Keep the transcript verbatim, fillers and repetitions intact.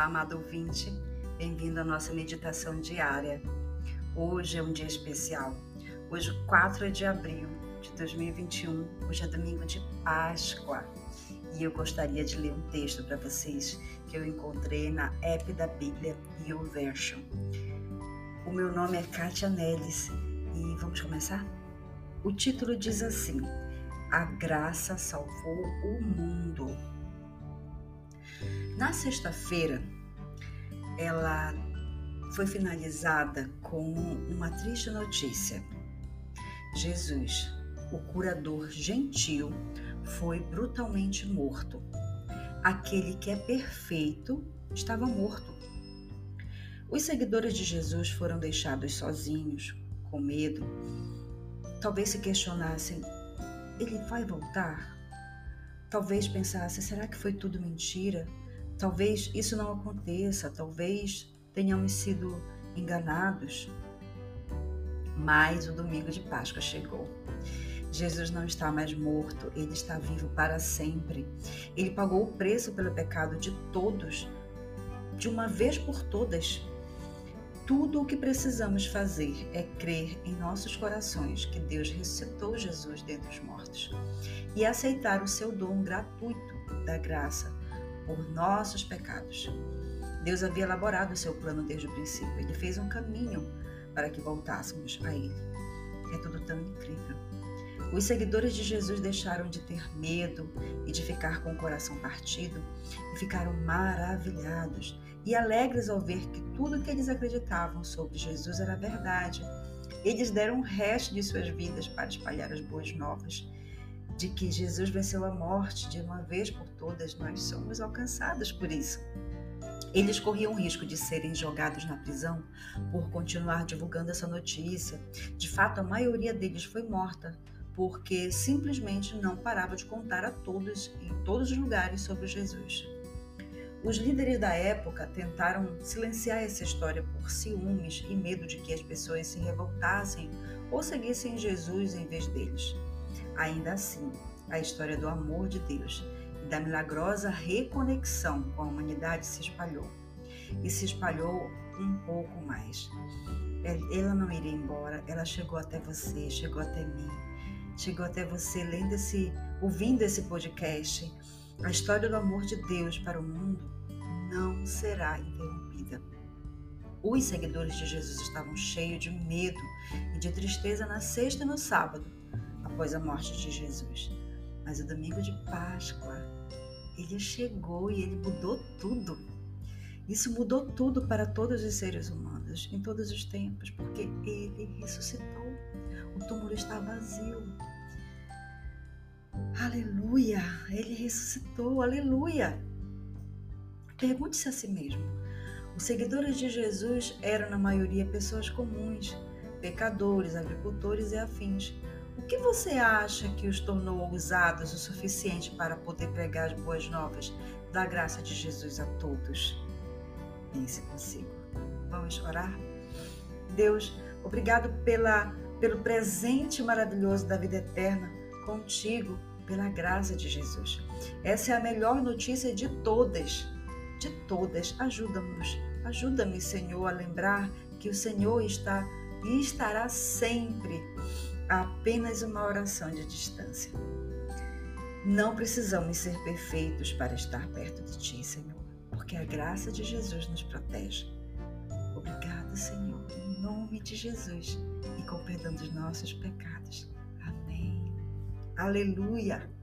Olá, amado ouvinte, bem-vindo à nossa meditação diária. Hoje é um dia especial, hoje quatro de abril de dois mil e vinte e um, hoje é domingo de Páscoa e eu gostaria de ler um texto para vocês que eu encontrei na app da Bíblia YouVersion. O meu nome é Kátia Nelis e vamos começar? O título diz assim: A graça salvou o mundo. Na sexta-feira, ela foi finalizada com uma triste notícia. Jesus, o curador gentil, foi brutalmente morto. Aquele que é perfeito estava morto. Os seguidores de Jesus foram deixados sozinhos, com medo. Talvez se questionassem: ele vai voltar? Talvez pensassem: será que foi tudo mentira? Talvez isso não aconteça, talvez tenhamos sido enganados. Mas o domingo de Páscoa chegou. Jesus não está mais morto, ele está vivo para sempre. Ele pagou o preço pelo pecado de todos, de uma vez por todas. Tudo o que precisamos fazer é crer em nossos corações que Deus ressuscitou Jesus dentre os mortos e aceitar o seu dom gratuito da graça por nossos pecados. Deus havia elaborado o seu plano desde o princípio. Ele fez um caminho para que voltássemos a Ele. É tudo tão incrível. Os seguidores de Jesus deixaram de ter medo e de ficar com o coração partido e ficaram maravilhados e alegres ao ver que tudo que eles acreditavam sobre Jesus era verdade. Eles deram o resto de suas vidas para espalhar as boas novas de que Jesus venceu a morte de uma vez por todas. Nós somos alcançados por isso. Eles corriam o risco de serem jogados na prisão por continuar divulgando essa notícia. De fato, a maioria deles foi morta porque simplesmente não parava de contar a todos, em todos os lugares, sobre Jesus. Os líderes da época tentaram silenciar essa história por ciúmes e medo de que as pessoas se revoltassem ou seguissem Jesus em vez deles. Ainda assim, a história do amor de Deus e da milagrosa reconexão com a humanidade se espalhou. E se espalhou um pouco mais. Ela não iria embora, ela chegou até você, chegou até mim, chegou até você lendo esse, ouvindo esse podcast. A história do amor de Deus para o mundo não será interrompida. Os seguidores de Jesus estavam cheios de medo e de tristeza na sexta e no sábado, após a morte de Jesus. Mas o domingo de Páscoa, ele chegou e ele mudou tudo. Isso mudou tudo para todos os seres humanos, em todos os tempos, porque ele ressuscitou. O túmulo está vazio. Aleluia! Ele ressuscitou, aleluia! Pergunte-se a si mesmo. Os seguidores de Jesus eram, na maioria, pessoas comuns, pecadores, agricultores e afins. O que você acha que os tornou ousados o suficiente para poder pregar as boas novas da graça de Jesus a todos? Pense consigo. Vamos orar? Deus, obrigado pela, pelo presente maravilhoso da vida eterna contigo, pela graça de Jesus. Essa é a melhor notícia de todas, de todas. Ajuda-nos, ajuda-me, Senhor, a lembrar que o Senhor está e estará sempre a apenas uma oração de distância. Não precisamos ser perfeitos para estar perto de Ti, Senhor, porque a graça de Jesus nos protege. Obrigado, Senhor, em nome de Jesus e com perdão dos nossos pecados. Amém. Aleluia!